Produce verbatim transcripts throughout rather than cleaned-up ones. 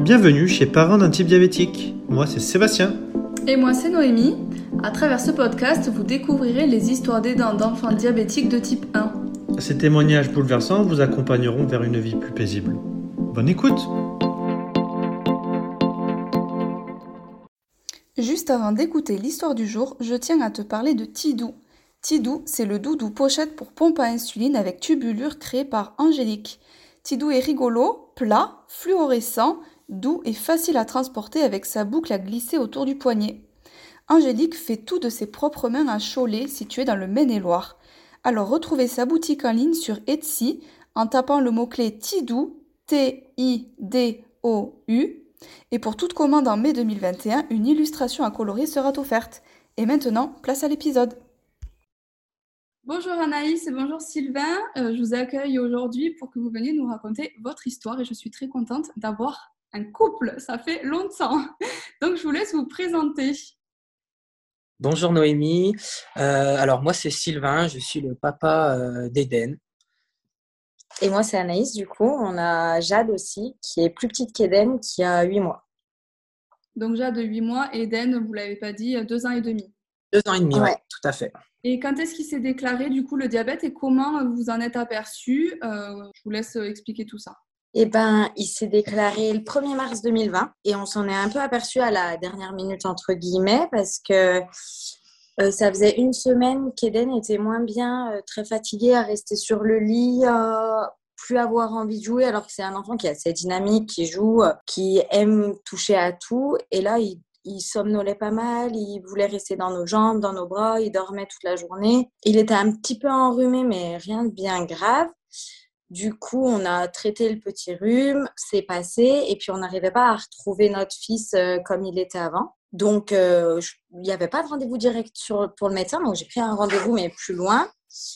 Bienvenue chez Parents d'un type diabétique. Moi, c'est Sébastien. Et moi, c'est Noémie. À travers ce podcast, vous découvrirez les histoires d'aidants d'enfants diabétiques de type un. Ces témoignages bouleversants vous accompagneront vers une vie plus paisible. Bonne écoute! Juste avant d'écouter l'histoire du jour, je tiens à te parler de Tidou. Tidou, c'est le doudou pochette pour pompe à insuline avec tubulure créé par Angélique. Tidou est rigolo, plat, fluorescent, doux et facile à transporter avec sa boucle à glisser autour du poignet. Angélique fait tout de ses propres mains à Cholet, situé dans le Maine-et-Loire. Alors retrouvez sa boutique en ligne sur Etsy en tapant le mot-clé Tidou, T I D O U. Et pour toute commande en mai deux mille vingt et un, une illustration à colorier sera offerte. Et maintenant, place à l'épisode. Bonjour Anaïs et bonjour Sylvain, euh, je vous accueille aujourd'hui pour que vous veniez nous raconter votre histoire et je suis très contente d'avoir un couple, ça fait longtemps. Donc je vous laisse vous présenter. Bonjour Noémie, euh, alors moi c'est Sylvain, je suis le papa euh, d'Eden. Et moi c'est Anaïs, du coup on a Jade aussi qui est plus petite qu'Eden qui a huit mois. Donc Jade de huit mois et Eden, vous ne l'avez pas dit, deux ans et demi. Deux ans et demi, Ouais. ouais, tout à fait. Et quand est-ce qu'il s'est déclaré du coup le diabète et comment vous en êtes aperçu? euh, Je vous laisse expliquer tout ça. Eh ben, il s'est déclaré le premier mars deux mille vingt et on s'en est un peu aperçu à la dernière minute entre guillemets parce que euh, ça faisait une semaine qu'Eden était moins bien, euh, très fatigué à rester sur le lit, euh, plus avoir envie de jouer alors que c'est un enfant qui est assez dynamique, qui joue, euh, qui aime toucher à tout et là il Il somnolait pas mal, il voulait rester dans nos jambes, dans nos bras, il dormait toute la journée. Il était un petit peu enrhumé, mais rien de bien grave. Du coup, on a traité le petit rhume, c'est passé, et puis on n'arrivait pas à retrouver notre fils euh, comme il était avant. Donc, euh, je, il n'y avait pas de rendez-vous direct sur, pour le médecin, donc j'ai pris un rendez-vous, mais plus loin.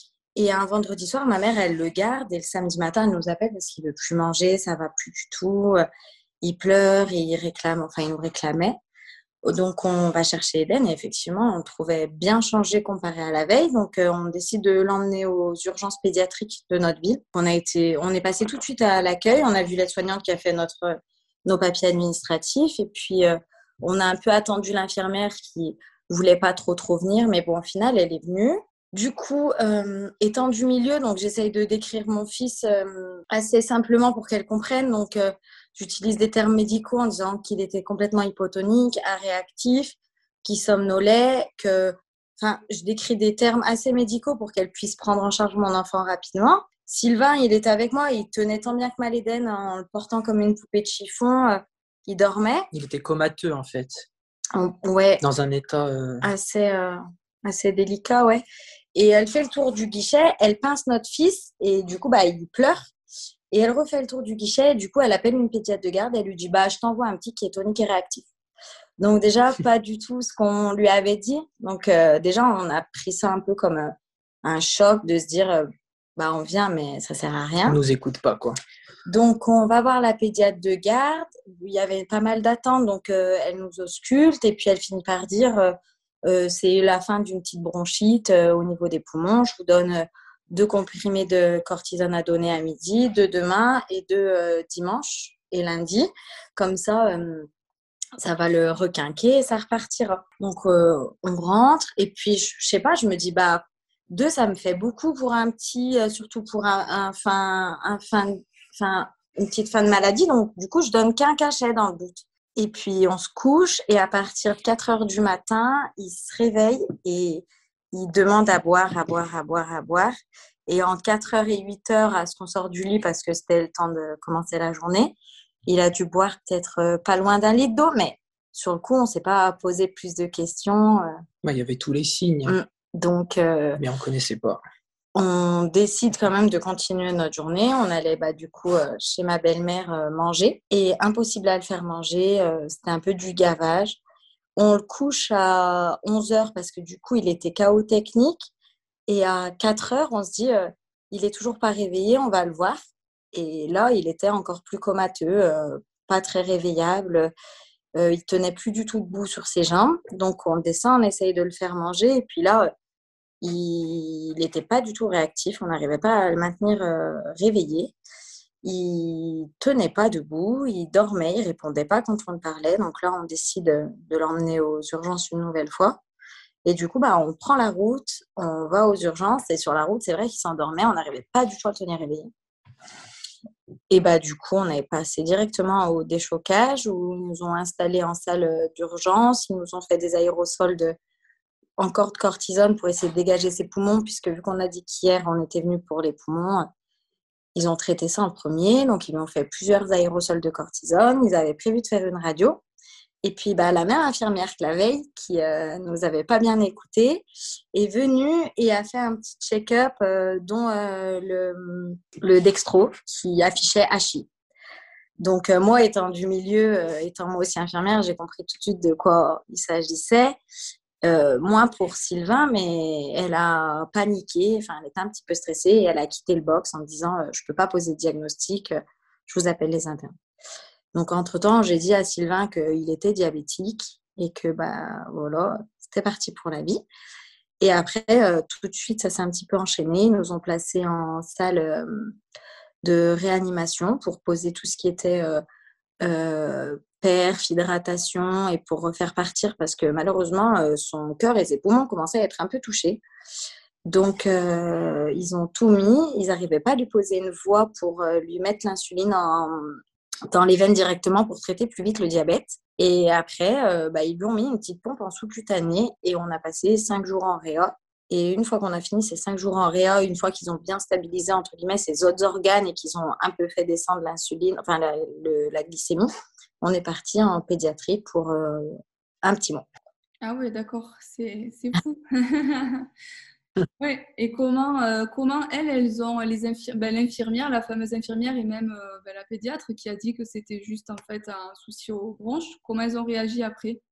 Et un vendredi soir, ma mère, elle le garde, et le samedi matin, elle nous appelle parce qu'il ne veut plus manger, ça ne va plus du tout. Il pleure, et il réclame, enfin, il nous réclamait. Donc, on va chercher Eden et effectivement, on le trouvait bien changé comparé à la veille. Donc, euh, on décide de l'emmener aux urgences pédiatriques de notre ville. On a été, on est passé tout de suite à l'accueil. On a vu l'aide-soignante qui a fait notre, nos papiers administratifs. Et puis, euh, on a un peu attendu l'infirmière qui voulait pas trop, trop venir. Mais bon, au final, elle est venue. Du coup, euh, étant du milieu, donc j'essaye de décrire mon fils euh, assez simplement pour qu'elle comprenne. Donc, euh, j'utilise des termes médicaux en disant qu'il était complètement hypotonique, aréactif, qu'il somnolait, que, enfin, je décris des termes assez médicaux pour qu'elle puisse prendre en charge mon enfant rapidement. Sylvain, il était avec moi, il tenait tant bien que mal Eden en le portant comme une poupée de chiffon. Euh, il dormait. Il était comateux en fait. On, ouais. Dans un état euh... assez, euh, assez délicat, ouais. Et elle fait le tour du guichet, elle pince notre fils et du coup, bah, il pleure. Et elle refait le tour du guichet. Et du coup, elle appelle une pédiatre de garde. Elle lui dit bah, je t'envoie un petit qui est tonique et réactif. Donc, déjà, pas du tout ce qu'on lui avait dit. Donc, euh, déjà, on a pris ça un peu comme euh, un choc de se dire euh, bah, on vient, mais ça sert à rien. On nous écoute pas, quoi. Donc, on va voir la pédiatre de garde. Il y avait pas mal d'attentes. Donc, euh, elle nous ausculte. Et puis, elle finit par dire euh, euh, c'est la fin d'une petite bronchite euh, au niveau des poumons. Je vous donne. Euh, deux comprimés de cortisone à donner à midi, deux demain et deux euh, dimanche et lundi. Comme ça, euh, ça va le requinquer et ça repartira. Donc, euh, on rentre et puis, je, je sais pas, je me dis, bah, deux, ça me fait beaucoup pour un petit, euh, surtout pour un, un fin, un fin, fin, une petite fin de maladie. Donc, du coup, je donne qu'un cachet dans le but. Et puis, on se couche et à partir de quatre heures du matin, il se réveille et il demande à boire, à boire, à boire, à boire. Et en quatre heures et huit heures, à ce qu'on sort du lit, parce que c'était le temps de commencer la journée, il a dû boire peut-être pas loin d'un litre d'eau, mais sur le coup, on ne s'est pas posé plus de questions. Ouais, il y avait tous les signes. Donc, euh, mais on ne connaissait pas. On décide quand même de continuer notre journée. On allait bah, du coup euh, chez ma belle-mère euh, manger. Et impossible à le faire manger, euh, c'était un peu du gavage. On le couche à onze heures parce que du coup, il était K O technique. Et à quatre heures, on se dit, euh, il est toujours pas réveillé, on va le voir. Et là, il était encore plus comateux, euh, pas très réveillable. Euh, il tenait plus du tout debout sur ses jambes. Donc, on descend, on essaye de le faire manger. Et puis là, il n'était pas du tout réactif. On n'arrivait pas à le maintenir euh, réveillé. Il tenait pas debout, il dormait, il répondait pas quand on le parlait. Donc là, on décide de l'emmener aux urgences une nouvelle fois. Et du coup, bah, on prend la route, on va aux urgences. Et sur la route, c'est vrai qu'il s'endormait, on n'arrivait pas du tout à le tenir éveillé. Et bah, du coup, on est passé directement au déchocage où ils nous ont installés en salle d'urgence. Ils nous ont fait des aérosols de, encore de cortisone pour essayer de dégager ses poumons, puisque vu qu'on a dit qu'hier, on était venu pour les poumons, ils ont traité ça en premier. Donc, ils m'ont fait plusieurs aérosols de cortisone. Ils avaient prévu de faire une radio. Et puis, bah, la mère infirmière, la veille, qui ne euh, nous avait pas bien écoutés, est venue et a fait un petit check-up, euh, dont euh, le, le dextro, qui affichait H I. Donc, euh, moi, étant du milieu, euh, étant moi aussi infirmière, j'ai compris tout de suite de quoi il s'agissait. Euh, moins pour Sylvain, mais elle a paniqué, enfin, elle était un petit peu stressée et elle a quitté le box en me disant euh, « je ne peux pas poser de diagnostic, euh, je vous appelle les internes ». Donc, entre-temps, j'ai dit à Sylvain qu'il était diabétique et que, bah, voilà, c'était parti pour la vie. Et après, euh, tout de suite, ça s'est un petit peu enchaîné. Ils nous ont placés en salle euh, de réanimation pour poser tout ce qui était euh, euh, perf, hydratation et pour refaire partir parce que malheureusement, euh, son cœur et ses poumons commençaient à être un peu touchés. Donc, euh, ils ont tout mis. Ils n'arrivaient pas à lui poser une voie pour euh, lui mettre l'insuline en dans les veines directement pour traiter plus vite le diabète. Et après, euh, bah, ils lui ont mis une petite pompe en sous-cutané et on a passé cinq jours en réa. Et une fois qu'on a fini ces cinq jours en réa, une fois qu'ils ont bien stabilisé, entre guillemets, ces autres organes et qu'ils ont un peu fait descendre l'insuline, enfin la, le, la glycémie, on est parti en pédiatrie pour euh, un petit mois. Ah oui, d'accord, c'est, c'est fou. Ouais. Et comment, euh, comment elles, elles ont les infir- ben, l'infirmière, la fameuse infirmière et même euh, ben, la pédiatre qui a dit que c'était juste en fait un souci aux bronches, comment elles ont réagi après?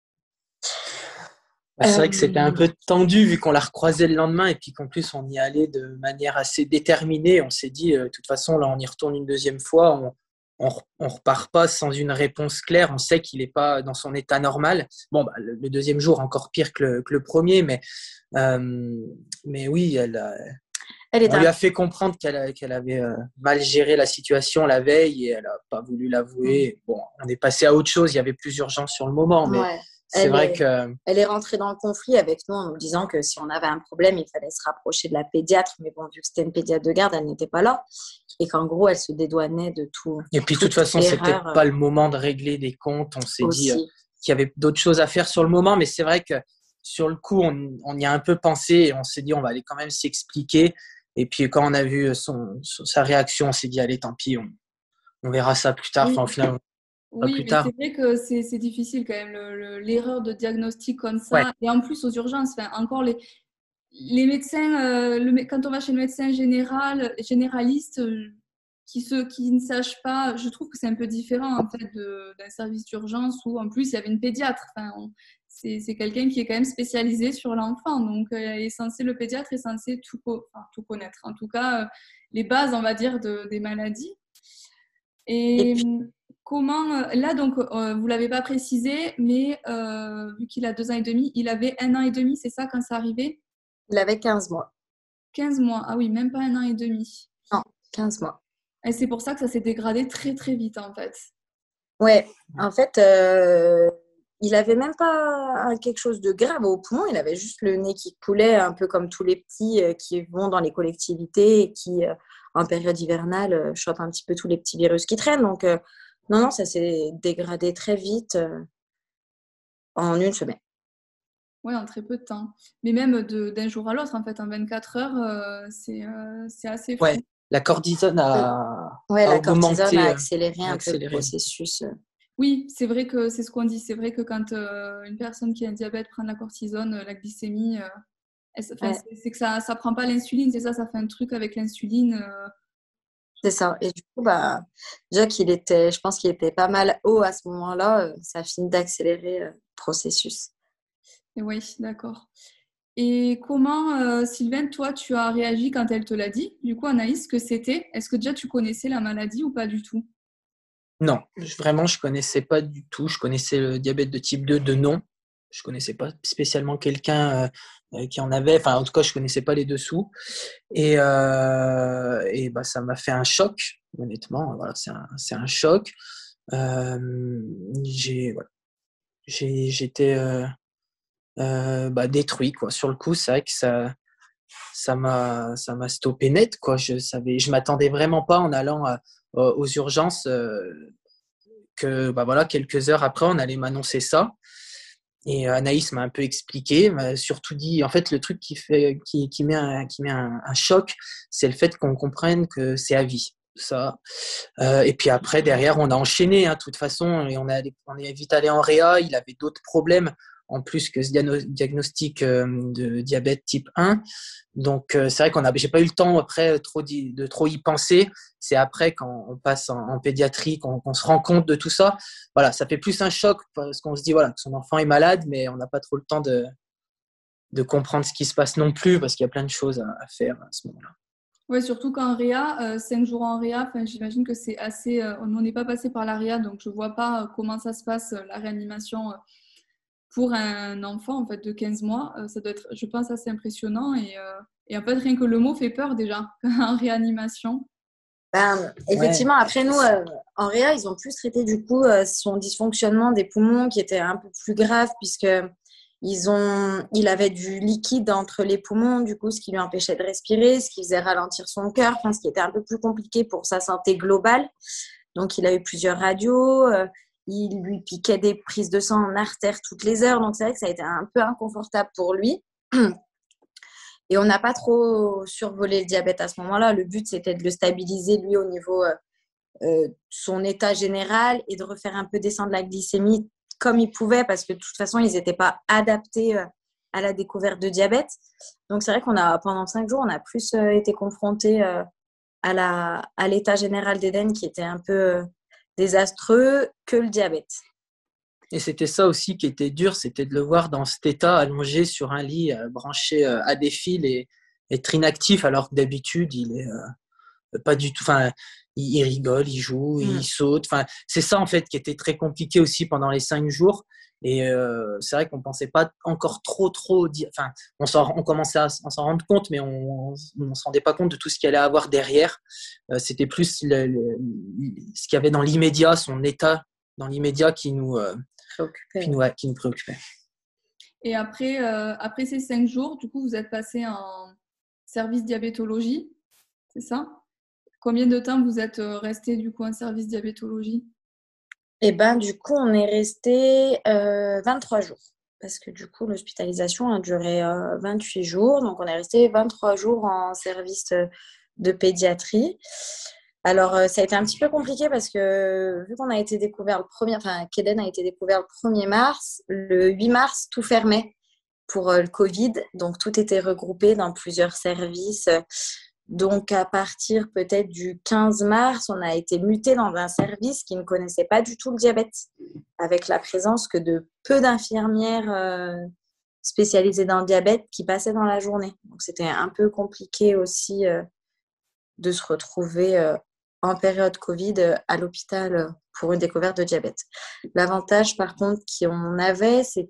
Bah, c'est vrai que Euh, c'était un peu tendu vu qu'on l'a recroisé le lendemain et puis qu'en plus on y allait de manière assez déterminée. On s'est dit, euh, de toute façon, là on y retourne une deuxième fois, on, on, on repart pas sans une réponse claire. On sait qu'il n'est pas dans son état normal. Bon, bah, le, le deuxième jour encore pire que le, que le premier, mais, euh, mais oui, elle, a- elle est on lui un... a fait comprendre qu'elle, a- qu'elle avait euh, mal géré la situation la veille et elle n'a pas voulu l'avouer. Bon, on est passé à autre chose. Il y avait plus urgence sur le moment, mais Ouais. c'est Elle vrai est, que elle est rentrée dans le conflit avec nous en nous disant que si on avait un problème, il fallait se rapprocher de la pédiatre. Mais bon, vu que c'était une pédiatre de garde, elle n'était pas là. Et qu'en gros, elle se dédouanait de tout. Et puis, de toute façon, c'était pas le moment de régler des comptes. On s'est dit euh, aussi. qu'il y avait d'autres choses à faire sur le moment, mais c'est vrai que sur le coup, on, on y a un peu pensé et on s'est dit on va aller quand même s'expliquer. Et puis, quand on a vu son, son- sa réaction, on s'est dit allez, tant pis, on, on verra ça plus tard. Oui, Enfin, au final, pas oui, plus mais tard. c'est vrai que c'est, c'est difficile quand même, le- le- l'erreur de diagnostic comme Ouais. ça. Et en plus, aux urgences, enfin, encore les, les médecins, euh, le, mé- quand on va chez le médecin général, généraliste, euh, qui, se, qui ne sache pas, je trouve que c'est un peu différent en fait de- d'un service d'urgence où en plus il y avait une pédiatre. Enfin, on- c'est, c'est quelqu'un qui est quand même spécialisé sur l'enfant, donc euh, est censé, le pédiatre est censé tout, co- enfin, tout connaître. En tout cas, euh, les bases, on va dire, de, des maladies. Et Et puis, hum, comment, euh, là, donc, euh, vous ne l'avez pas précisé, mais euh, vu qu'il a deux ans et demi, il avait un an et demi, c'est ça, quand ça arrivait? il avait quinze mois. quinze mois. Ah oui, même pas un an et demi. Non, quinze mois. Et c'est pour ça que ça s'est dégradé très, très vite, en fait. Ouais, en fait, euh, il avait même pas quelque chose de grave au poumon. Il avait juste le nez qui coulait, un peu comme tous les petits euh, qui vont dans les collectivités et qui, euh, en période hivernale, euh, chopent un petit peu tous les petits virus qui traînent. Donc, euh, non, non, ça s'est dégradé très vite euh, en une semaine. Oui, en très peu de temps. Mais même de, d'un jour à l'autre, en fait, en vingt-quatre heures, euh, c'est, euh, c'est assez fou. Ouais, la cortisone a, Ouais, a la cortisone augmenté, a euh, accéléré a un peu le accéléré. processus. euh. Oui, c'est vrai que c'est ce qu'on dit. C'est vrai que quand euh, une personne qui a un diabète prend de la cortisone, euh, la glycémie, euh, elle se- enfin, Ouais, c'est, c'est que ça ne prend pas l'insuline, c'est ça, ça fait un truc avec l'insuline. euh. c'est ça. Et du coup, bah, déjà qu'il était, je pense qu'il était pas mal haut à ce moment-là, euh, ça a fini d'accélérer euh, le processus. Et oui, d'accord. Et comment, euh, Sylvaine, toi, tu as réagi quand elle te l'a dit? Du coup, Anaïs, ce que c'était? Est-ce que déjà tu connaissais la maladie ou pas du tout? Non, je- vraiment, je connaissais pas du tout. Je connaissais le diabète de type deux de nom. je connaissais pas spécialement quelqu'un euh, qui en avait. Enfin, en tout cas, je connaissais pas les dessous. Et, euh, et bah, ça m'a fait un choc, honnêtement. Voilà, c'est un, c'est un choc. Euh, j'ai, voilà. j'ai, j'étais euh, euh, bah, détruit, quoi. Sur le coup, c'est vrai que ça, ça m'a, ça m'a stoppé net, quoi. Je savais, je m'attendais vraiment pas en allant euh, aux urgences euh, que, bah voilà, quelques heures après, on allait m'annoncer ça. Et Anaïs m'a un peu expliqué, m'a surtout dit, en fait, le truc qui fait, qui, qui met un, qui met un, un choc, c'est le fait qu'on comprenne que c'est à vie. Ça. Euh, et puis après, derrière, on a enchaîné, hein, de toute façon, et on, a, on est vite allé en réa. Il avait d'autres problèmes en plus que ce diagnostic euh, de diabète type un. Donc, euh, c'est vrai qu'on a, j'ai pas eu le temps après trop de trop y penser. C'est après, quand on passe en, en pédiatrie, qu'on, qu'on se rend compte de tout ça. Voilà, ça fait plus un choc parce qu'on se dit voilà, que son enfant est malade, mais on n'a pas trop le temps de, de comprendre ce qui se passe non plus parce qu'il y a plein de choses à, à faire à ce moment-là. Ouais, surtout qu'en réa, euh, cinq jours en réa, j'imagine que c'est assez. Euh, on n'est pas passé par la réa, donc je vois pas euh, comment ça se passe, euh, la réanimation euh, pour un enfant en fait, de quinze mois. Euh, ça doit être, je pense, assez impressionnant. Et, euh, et en fait, rien que le mot fait peur déjà, en réanimation. Ben, effectivement, ouais. Après nous, euh, en réa, ils ont plus traité du coup euh, son dysfonctionnement des poumons qui était un peu plus grave puisque ils ont, il avait du liquide entre les poumons, du coup, ce qui lui empêchait de respirer, ce qui faisait ralentir son cœur, enfin, ce qui était un peu plus compliqué pour sa santé globale. Donc, il a eu plusieurs radios, euh, il lui piquait des prises de sang en artère toutes les heures, donc c'est vrai que ça a été un peu inconfortable pour lui. Et on n'a pas trop survolé le diabète à ce moment-là. Le but, c'était de le stabiliser, lui, au niveau de euh, son état général et de refaire un peu descendre la glycémie comme ils pouvaient parce que de toute façon, ils n'étaient pas adaptés euh, à la découverte de diabète. Donc, c'est vrai qu'on a, pendant cinq jours, on a plus euh, été confrontés euh, à, la, à l'état général d'Eden qui était un peu euh, désastreux que le diabète. Et c'était ça aussi qui était dur, c'était de le voir dans cet état allongé sur un lit, euh, branché euh, à des fils et être inactif alors que d'habitude, il est euh, pas du tout... Enfin, il, il rigole, il joue, mmh. il saute. Enfin, c'est ça en fait qui était très compliqué aussi pendant les cinq jours. Et euh, c'est vrai qu'on pensait pas encore trop, trop... Enfin, on, s'en, on commençait à, à s'en rendre compte, mais on ne se rendait pas compte de tout ce qu'il allait avoir derrière. Euh, c'était plus le, le, ce qu'il y avait dans l'immédiat, son état dans l'immédiat qui nous... Euh, Qui nous, qui nous préoccupait. Et après, euh, après ces cinq jours, du coup, vous êtes passé en service diabétologie, c'est ça? Combien de temps vous êtes resté du coup en service diabétologie? Eh ben, du coup, on est resté euh, vingt-trois jours. Parce que du coup, l'hospitalisation a duré euh, vingt-huit jours. Donc, on est resté vingt-trois jours en service de pédiatrie. Alors, euh, ça a été un petit peu compliqué parce que vu qu'on a été découvert le premier, enfin, qu'Eden a été découvert le premier mars, le huit mars, tout fermait pour euh, le Covid. Donc, tout était regroupé dans plusieurs services. Donc, à partir peut-être du quinze mars, on a été muté dans un service qui ne connaissait pas du tout le diabète, avec la présence que de peu d'infirmières euh, spécialisées dans le diabète qui passaient dans la journée. Donc, c'était un peu compliqué aussi euh, de se retrouver euh, en période Covid à l'hôpital pour une découverte de diabète. L'avantage, par contre, qu'on avait, c'est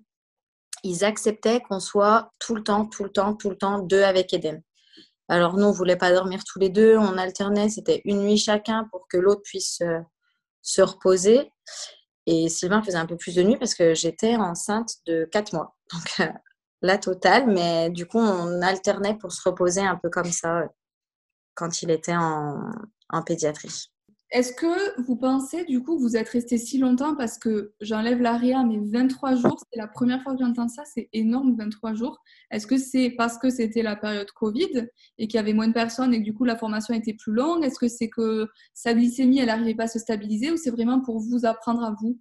qu'ils acceptaient qu'on soit tout le temps, tout le temps, tout le temps deux avec Eden. Alors, nous, on ne voulait pas dormir tous les deux, on alternait, c'était une nuit chacun pour que l'autre puisse euh, se reposer. Et Sylvain faisait un peu plus de nuit parce que j'étais enceinte de quatre mois. Donc, euh, la totale, mais du coup, on alternait pour se reposer un peu comme ça euh, quand il était en, en pédiatrie. Est-ce que vous pensez, du coup, que vous êtes resté si longtemps parce que j'enlève la réa, mais vingt-trois jours, c'est la première fois que j'entends ça, c'est énorme, vingt-trois jours. Est-ce que c'est parce que c'était la période Covid et qu'il y avait moins de personnes et que du coup, la formation était plus longue? Est-ce que c'est que sa glycémie, elle n'arrivait pas à se stabiliser ou c'est vraiment pour vous apprendre à vous?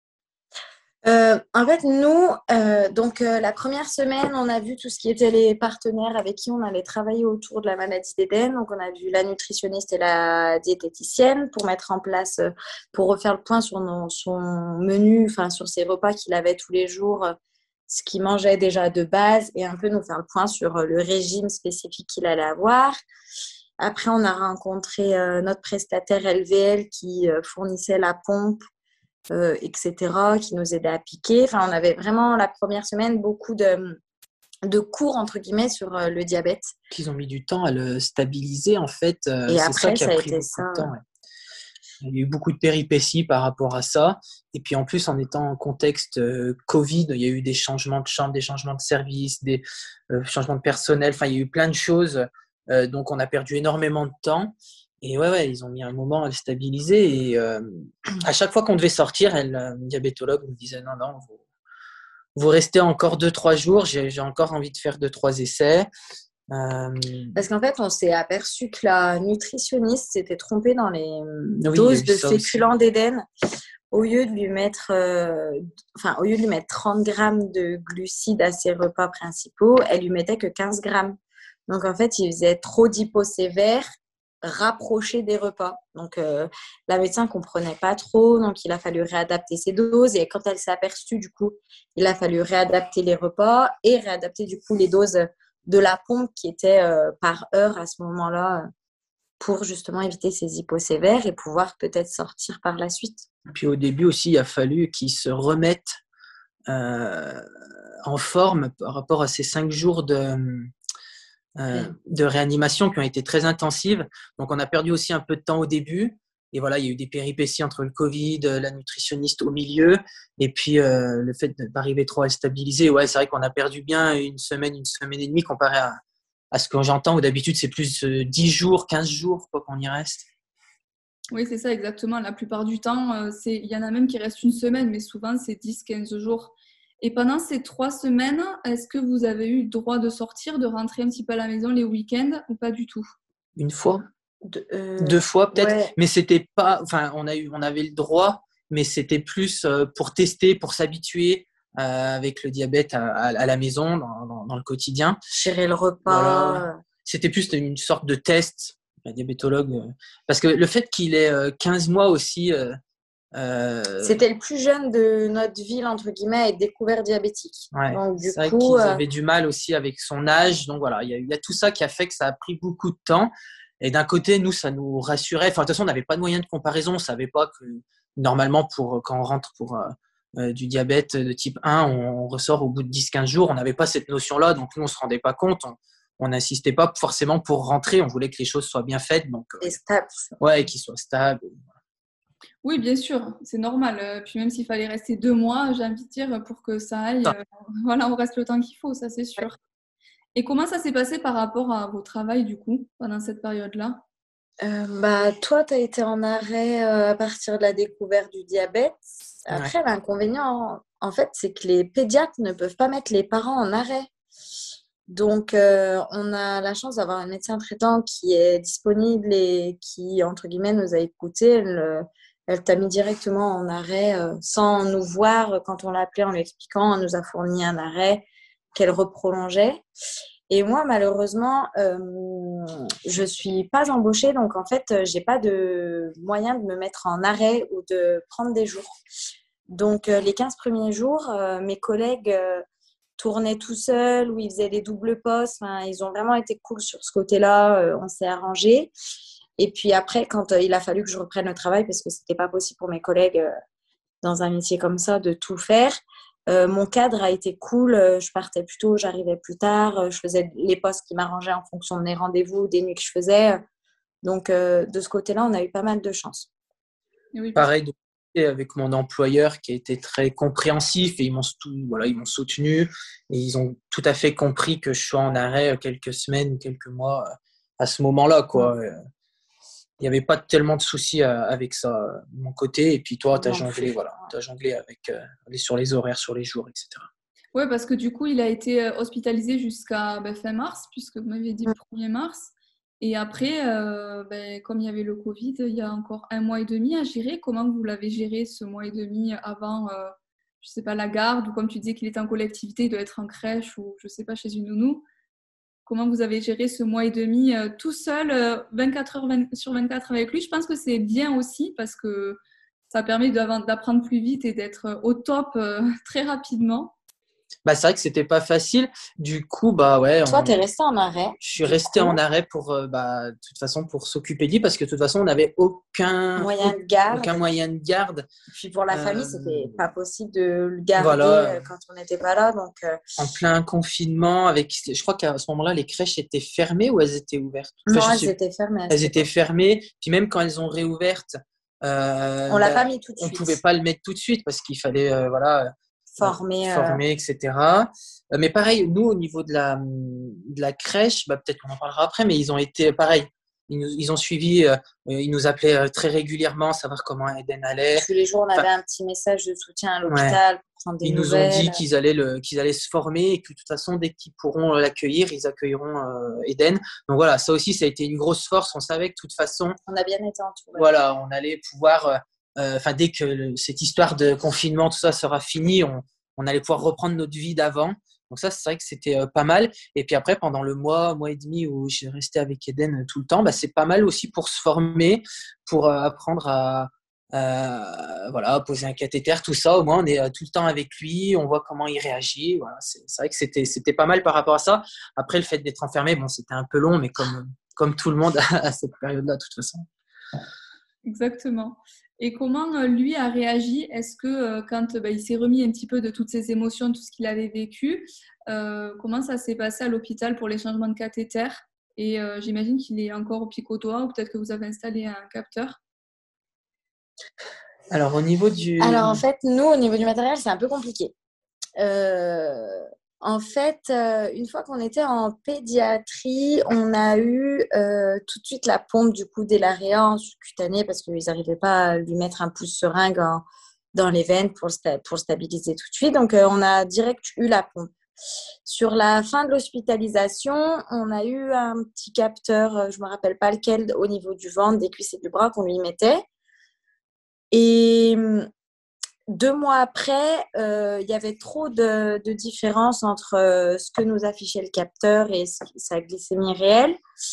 Euh, en fait, nous, euh, donc euh, la première semaine, on a vu tout ce qui était les partenaires avec qui on allait travailler autour de la maladie d'Eden. Donc, on a vu la nutritionniste et la diététicienne pour mettre en place, euh, pour refaire le point sur nos, son menu, enfin sur ses repas qu'il avait tous les jours, euh, ce qu'il mangeait déjà de base et un peu nous faire le point sur euh, le régime spécifique qu'il allait avoir. Après, on a rencontré euh, notre prestataire L V L qui euh, fournissait la pompe euh, et cetera, qui nous aidaient à piquer. Enfin, on avait vraiment la première semaine beaucoup de, de cours, entre guillemets, sur euh, le diabète. Qu'ils ont mis du temps à le stabiliser, en fait. Euh, Et c'est après, ça qui a ça a pris été beaucoup ça. de temps. Ouais. Il y a eu beaucoup de péripéties par rapport à ça. Et puis en plus, en étant en contexte euh, Covid, il y a eu des changements de chambre, des changements de service, des euh, changements de personnel. Enfin, il y a eu plein de choses. Euh, donc, on a perdu énormément de temps. Et ouais, ouais, ils ont mis un moment à le stabiliser. Et euh, à chaque fois qu'on devait sortir, elle, euh, une diabétologue nous disait non, non, vous, vous restez encore deux, trois jours. J'ai, j'ai encore envie de faire deux, trois essais. Euh... Parce qu'en fait, on s'est aperçu que la nutritionniste s'était trompée dans les Oui, doses de féculents d'Éden. Au lieu de lui mettre, euh, enfin, au lieu de lui mettre trente grammes de glucides à ses repas principaux, elle lui mettait que quinze grammes. Donc, en fait, il faisait trop d'hyposévère rapproché des repas. Donc, euh, la médecin ne comprenait pas trop. Donc, il a fallu réadapter ses doses. Et quand elle s'est aperçue, du coup, il a fallu réadapter les repas et réadapter, du coup, les doses de la pompe qui était euh, par heure à ce moment-là pour justement éviter ces hyposévères et pouvoir peut-être sortir par la suite. Puis au début aussi, il a fallu qu'ils se remettent euh, en forme par rapport à ces cinq jours de, euh, de réanimation qui ont été très intensives. Donc on a perdu aussi un peu de temps au début. Et voilà, il y a eu des péripéties entre le Covid, la nutritionniste au milieu, et puis euh, le fait d'arriver trop à le stabiliser. Ouais, c'est vrai qu'on a perdu bien une semaine, une semaine et demie comparé à, à ce que j'entends, où d'habitude c'est plus euh, dix jours, quinze jours quoi, qu'on y reste. Oui, c'est ça, exactement. La plupart du temps, euh, c'est... il y en a même qui restent une semaine, mais souvent c'est dix à quinze jours. Et pendant ces trois semaines, est-ce que vous avez eu le droit de sortir, de rentrer un petit peu à la maison les week-ends ou pas du tout? Une fois de, euh, Deux fois peut-être, ouais. Mais c'était pas. Enfin, on a eu, on avait le droit, mais c'était plus euh, pour tester, pour s'habituer euh, avec le diabète à, à, à la maison, dans, dans, dans le quotidien. Gérer le repas. Voilà. C'était plus une sorte de test, la diabétologue. Euh, parce que le fait qu'il ait euh, quinze mois aussi. Euh, euh, C'était le plus jeune de notre ville, entre guillemets, à être découvert diabétique. Ouais, Donc, du c'est vrai coup, qu'ils euh... avaient du mal aussi avec son âge. Donc voilà, il y, a, il y a tout ça qui a fait que ça a pris beaucoup de temps. Et d'un côté, nous, ça nous rassurait. Enfin, de toute façon, on n'avait pas de moyen de comparaison. On ne savait pas que normalement, pour, quand on rentre pour euh, euh, du diabète de type un, on, on ressort au bout de dix à quinze jours. On n'avait pas cette notion-là. Donc nous, on ne se rendait pas compte. On n'insistait pas forcément pour rentrer. On voulait que les choses soient bien faites. Donc, et stable. Ouais, qu'ils soient stables. Oui, bien sûr, c'est normal. Puis même s'il fallait rester deux mois, j'ai envie de dire, pour que ça aille, euh, voilà, on reste le temps qu'il faut, ça c'est sûr. Et comment ça s'est passé par rapport à vos travails, du coup, pendant cette période-là? euh, bah, Toi, tu as été en arrêt euh, à partir de la découverte du diabète. Après, ouais. L'inconvénient, en fait, c'est que les pédiatres ne peuvent pas mettre les parents en arrêt. Donc, euh, on a la chance d'avoir un médecin traitant qui est disponible et qui, entre guillemets, nous a écoutés. Elle, elle t'a mis directement en arrêt euh, sans nous voir quand on l'a appelée en lui expliquant. Elle nous a fourni un arrêt qu'elle reprolongeait. Et moi, malheureusement, euh, je ne suis pas embauchée. Donc, en fait, je n'ai pas de moyen de me mettre en arrêt ou de prendre des jours. Donc, euh, les quinze premiers jours, euh, mes collègues... Euh, tournaient tout seuls, où ils faisaient des doubles postes. Enfin, ils ont vraiment été cool sur ce côté-là. Euh, on s'est arrangé. Et puis après, quand euh, il a fallu que je reprenne le travail, parce que c'était pas possible pour mes collègues euh, dans un métier comme ça de tout faire, euh, mon cadre a été cool. Euh, je partais plus tôt, j'arrivais plus tard. Euh, je faisais les postes qui m'arrangeaient en fonction de mes rendez-vous, des nuits que je faisais. Donc, euh, de ce côté-là, on a eu pas mal de chance. Oui, pareil, de avec mon employeur qui a été très compréhensif et ils m'ont, voilà, ils m'ont soutenu et ils ont tout à fait compris que je sois en arrêt quelques semaines ou quelques mois à ce moment-là, quoi. Ouais. Il n'y avait pas tellement de soucis avec ça de mon côté. Et puis toi, tu as jonglé, voilà, t'as jonglé avec, euh, sur les horaires, sur les jours, et cetera. Oui, parce que du coup, il a été hospitalisé jusqu'à ben, fin mars, puisque vous m'aviez dit le premier mars. Et après, euh, ben, comme il y avait le Covid, il y a encore un mois et demi à gérer. Comment vous l'avez géré ce mois et demi avant, euh, je ne sais pas, la garde, ou comme tu disais qu'il était en collectivité, il doit être en crèche ou je ne sais pas, chez une nounou. Comment vous avez géré ce mois et demi euh, tout seul, euh, vingt-quatre heures sur vingt-quatre avec lui? Je pense que c'est bien aussi parce que ça permet d'apprendre plus vite et d'être au top euh, très rapidement. Bah, c'est vrai que c'était pas facile. Du coup, bah ouais, Toi, on... tu es resté en arrêt. je suis resté coup. en arrêt pour, euh, bah, de toute façon, pour s'occuper d'I, parce que de toute façon, on n'avait aucun Moyen de garde. aucun moyen de garde. Puis pour la Euh, famille, c'était pas possible de le garder voilà. euh, quand on n'était pas là. Donc, euh, En plein confinement, avec, je crois qu'à ce moment-là, les crèches étaient fermées ou elles étaient ouvertes? Enfin, non, je elles sais- étaient fermées. à elles cette étaient époque. fermées. Puis même quand elles ont réouvertes, euh, On l'a bah, pas mis tout de on suite. pouvait pas le mettre tout de suite parce qu'il fallait, euh, voilà, Former. euh, former, et cetera. Euh, Mais pareil, nous, au niveau de la, de la crèche, bah, peut-être qu'on en parlera après, mais ils ont été pareil. Ils, nous, ils ont suivi, euh, ils nous appelaient euh, très régulièrement, savoir comment Eden allait. Tous les jours, on Enfin, avait un petit message de soutien à ouais. l'hôpital pour prendre des Ils nous nouvelles. ont dit qu'ils allaient, le, qu'ils allaient se former et que de toute façon, dès qu'ils pourront l'accueillir, ils accueilleront euh, Eden. Donc voilà, ça aussi, ça a été une grosse force. On savait que de toute façon, On a bien été entourés. voilà, on allait pouvoir, enfin, euh, dès que le, cette histoire de confinement, tout ça sera fini, on, on allait pouvoir reprendre notre vie d'avant. Donc ça, c'est vrai que c'était euh, pas mal. Et puis après, pendant le mois, mois et demi où j'ai resté avec Eden euh, tout le temps, bah, c'est pas mal aussi pour se former, pour euh, apprendre à, euh, voilà, poser un cathéter, tout ça. Au moins, on est euh, tout le temps avec lui, on voit comment il réagit. Voilà, c'est, c'est vrai que c'était, c'était pas mal par rapport à ça. Après, le fait d'être enfermé, bon, c'était un peu long, mais comme, comme tout le monde à cette période-là, de toute façon. Exactement. Et comment euh, lui a réagi? Est-ce que euh, quand bah, il s'est remis un petit peu de toutes ses émotions, tout ce qu'il avait vécu, euh, comment ça s'est passé à l'hôpital pour les changements de cathéter? Et euh, j'imagine qu'il est encore au picotoir, ou peut-être que vous avez installé un capteur. Alors, au niveau du... Alors, en fait, nous, au niveau du matériel, c'est un peu compliqué. Euh, en fait, euh, une fois qu'on était en pédiatrie, on a eu euh, tout de suite la pompe du coup d'Elaria en sous-cutané parce qu'ils n'arrivaient pas à lui mettre un pouce seringue en, dans les veines pour, sta- pour stabiliser tout de suite. Donc, euh, on a direct eu la pompe. Sur la fin de l'hospitalisation, on a eu un petit capteur, euh, je ne me rappelle pas lequel, au niveau du ventre, des cuisses et du bras qu'on lui mettait. Et deux mois après, euh, il y avait trop de, de différence entre euh, ce que nous affichait le capteur et ce, sa glycémie réelle.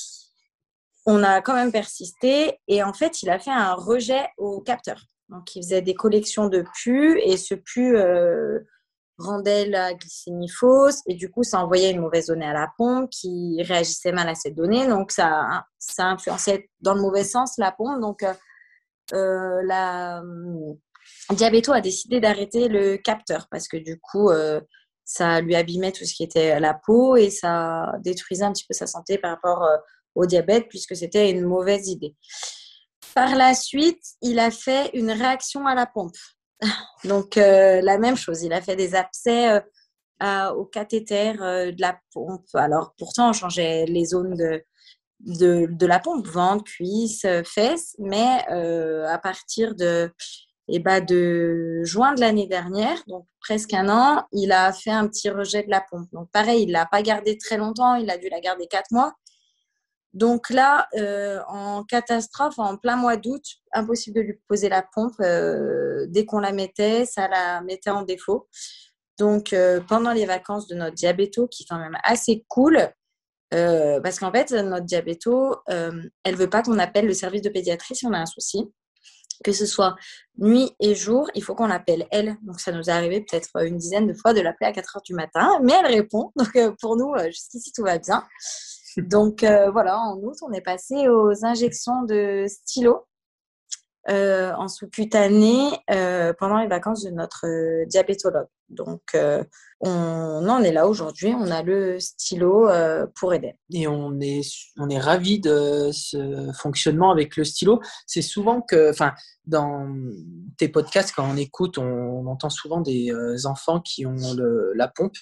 On a quand même persisté et en fait, il a fait un rejet au capteur. Donc, il faisait des collections de pus et ce pus euh, rendait la glycémie fausse et du coup, ça envoyait une mauvaise donnée à la pompe qui réagissait mal à cette donnée. Donc, ça, ça influençait dans le mauvais sens la pompe. Donc, euh, la... Diabéto a décidé d'arrêter le capteur parce que du coup, euh, ça lui abîmait tout ce qui était la peau et ça détruisait un petit peu sa santé par rapport euh, au diabète puisque c'était une mauvaise idée. Par la suite, il a fait une réaction à la pompe. Donc, euh, la même chose, il a fait des abcès euh, à, au cathéter euh, de la pompe. Alors, pourtant, on changeait les zones de, de, de la pompe, ventre, cuisse, fesses, mais euh, à partir de... Et bah de juin de l'année dernière, donc presque un an, il a fait un petit rejet de la pompe. Donc pareil, il ne l'a pas gardé très longtemps, il a dû la garder quatre mois. Donc là, euh, en catastrophe, en plein mois d'août, impossible de lui poser la pompe. Euh, dès qu'on la mettait, ça la mettait en défaut. Donc euh, pendant les vacances de notre diabéto, qui est quand même assez cool, euh, parce qu'en fait, notre diabéto, euh, elle ne veut pas qu'on appelle le service de pédiatrie si on a un souci. Que ce soit nuit et jour, il faut qu'on l'appelle elle. Donc, ça nous est arrivé peut-être une dizaine de fois de l'appeler à quatre heures du matin, mais elle répond. Donc, euh, pour nous, euh, jusqu'ici, tout va bien. Donc, euh, voilà, en août, on est passé aux injections de stylo euh, en sous-cutané euh, pendant les vacances de notre euh, diabétologue. Donc, euh, on en est là aujourd'hui. On a le stylo euh, pour Eden. Et on est, on est ravis de ce fonctionnement avec le stylo. C'est souvent que, enfin, dans tes podcasts, quand on écoute, on, on entend souvent des euh, enfants qui ont le, la pompe.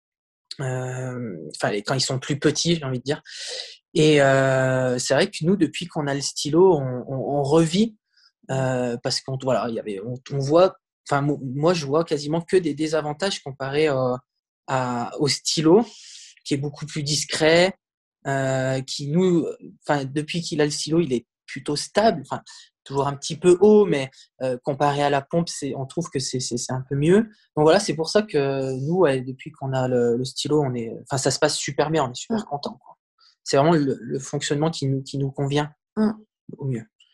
Euh, enfin, quand ils sont plus petits, j'ai envie de dire. Et euh, c'est vrai que nous, depuis qu'on a le stylo, on, on, on revit euh, parce qu'on, voilà, il y avait, on, on voit. Enfin, moi, je vois quasiment que des désavantages comparés euh, à, au stylo, qui est beaucoup plus discret, euh, qui nous, enfin, depuis qu'il a le stylo, il est plutôt stable, enfin, toujours un petit peu haut, mais euh, comparé à la pompe, c'est, on trouve que c'est, c'est, c'est un peu mieux. Donc voilà, c'est pour ça que nous, ouais, depuis qu'on a le, le stylo, on est, enfin, ça se passe super bien, on est super mmh. content, quoi. C'est vraiment le, le fonctionnement qui nous, qui nous convient mmh. au mieux.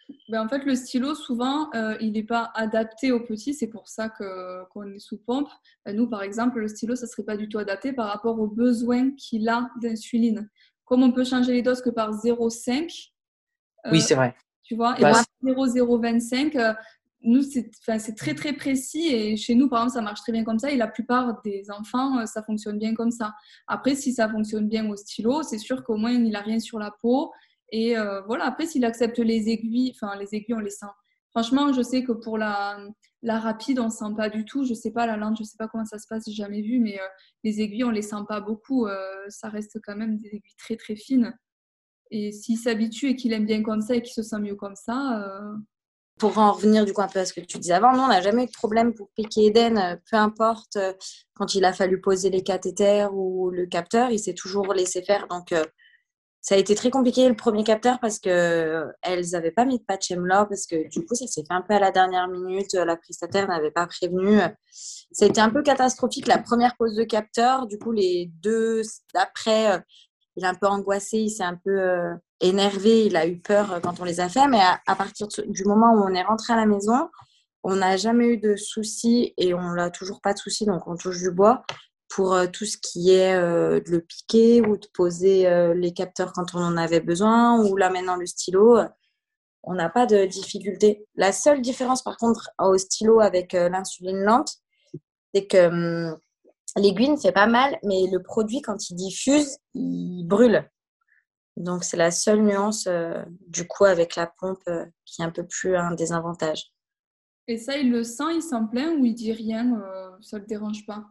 Ben, en fait, le stylo, souvent, euh, il n'est pas adapté aux petits. C'est pour ça que, qu'on est sous pompe. Ben, nous, par exemple, le stylo, ça ne serait pas du tout adapté par rapport aux besoins qu'il a d'insuline. Comme on peut changer les doses que par zéro virgule cinq, Oui, euh, c'est vrai. tu vois, et Bah, par zéro virgule zéro vingt-cinq, euh, nous, c'est, enfin, c'est très, très précis. Et chez nous, par exemple, ça marche très bien comme ça. Et la plupart des enfants, euh, ça fonctionne bien comme ça. Après, si ça fonctionne bien au stylo, c'est sûr qu'au moins, il n'a rien sur la peau. Et euh, voilà, après, s'il accepte les aiguilles, enfin, les aiguilles, on les sent. Franchement, je sais que pour la, la rapide, on ne sent pas du tout. Je sais pas, la lente, je sais pas comment ça se passe, j'ai jamais vu, mais euh, les aiguilles, on les sent pas beaucoup. Euh, ça reste quand même des aiguilles très, très fines. Et s'il s'habitue et qu'il aime bien comme ça et qu'il se sent mieux comme ça, euh, Pour en revenir du coup un peu à ce que tu disais avant, nous, on n'a jamais eu de problème pour piquer Eden, euh, peu importe euh, quand il a fallu poser les cathéters ou le capteur, il s'est toujours laissé faire. Donc, euh, ça a été très compliqué le premier capteur parce que euh, elles n'avaient pas mis de patch Emla parce que du coup, ça s'est fait un peu à la dernière minute. euh, La prestataire n'avait pas prévenu. Ça a été un peu catastrophique la première pose de capteur. Du coup, les deux d'après, euh, il est un peu angoissé, il s'est un peu euh, énervé, il a eu peur euh, quand on les a fait. Mais à, à partir de ce- du moment où on est rentré à la maison, on n'a jamais eu de soucis et on n'a toujours pas de soucis, donc on touche du bois pour euh, tout ce qui est euh, de le piquer ou de poser euh, les capteurs quand on en avait besoin ou là maintenant le stylo. euh, On n'a pas de difficulté. La seule différence par contre au stylo avec euh, l'insuline lente, c'est que hum, l'aiguille ne fait pas mal, mais le produit, quand il diffuse, il brûle. Donc, c'est la seule nuance, euh, du coup, avec la pompe euh, qui est un peu plus un désavantage. et ça, il le sent, il s'en plaint ou il dit rien, euh, ça le dérange pas.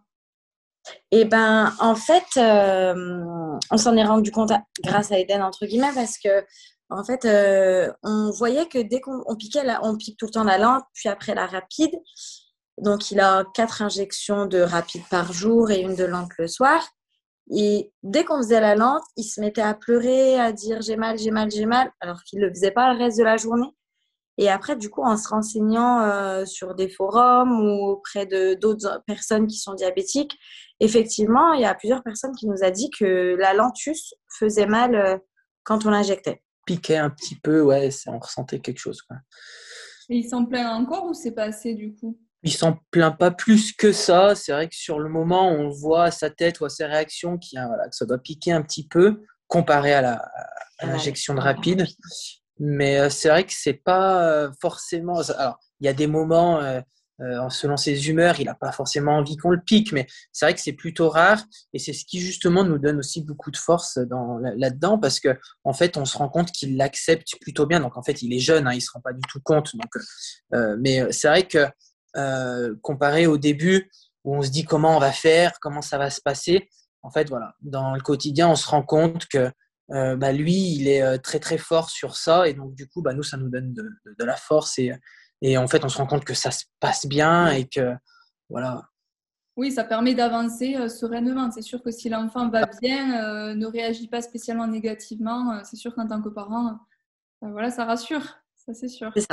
Et ben, en fait, euh, on s'en est rendu compte à- grâce à Eden, entre guillemets, parce que, en fait, euh, on voyait que dès qu'on on piquait, la- on pique tout le temps la lente, puis après la rapide. Donc, il a quatre injections de rapide par jour et une de lente le soir. Et dès qu'on faisait la lente, il se mettait à pleurer, à dire j'ai mal, j'ai mal, j'ai mal, alors qu'il ne le faisait pas le reste de la journée. Et après, du coup, en se renseignant euh, sur des forums ou auprès de d'autres personnes qui sont diabétiques, effectivement, il y a plusieurs personnes qui nous a dit que la lentus faisait mal euh, quand on l'injectait. piquait un petit peu, ouais, ça, on ressentait quelque chose, quoi. Et il s'en plaint encore ou c'est pas assez du coup? Il s'en plaint pas plus que ça. C'est vrai que sur le moment, on voit à sa tête ou à ses réactions qu'il y a, voilà, que ça doit piquer un petit peu comparé à la, à Elle a- l'injection de rapide. Mais euh, c'est vrai que c'est pas euh, forcément. Alors, il y a des moments, euh, euh, selon ses humeurs, il n'a pas forcément envie qu'on le pique, mais c'est vrai que c'est plutôt rare. Et c'est ce qui justement nous donne aussi beaucoup de force dans, là-dedans, parce que en fait, on se rend compte qu'il l'accepte plutôt bien. Donc en fait, il est jeune, hein, il se rend pas du tout compte. Donc, euh, mais c'est vrai que euh, comparé au début où on se dit comment on va faire, comment ça va se passer. En fait, voilà, dans le quotidien, on se rend compte que euh, bah, lui, il est euh, très très fort sur ça et donc du coup, bah, nous, ça nous donne de, de, de la force et, et en fait, on se rend compte que ça se passe bien et que voilà. Oui, ça permet d'avancer euh, sereinement. C'est sûr que si l'enfant va bien, euh, ne réagit pas spécialement négativement, euh, c'est sûr qu'en tant que parent, euh, voilà, ça rassure. Ça, c'est sûr. C'est ça.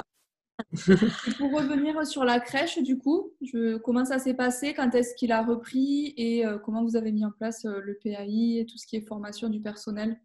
Et pour revenir sur la crèche, du coup, je, comment ça s'est passé? Quand est-ce qu'il a repris? Et euh, comment vous avez mis en place euh, le P A I et tout ce qui est formation du personnel?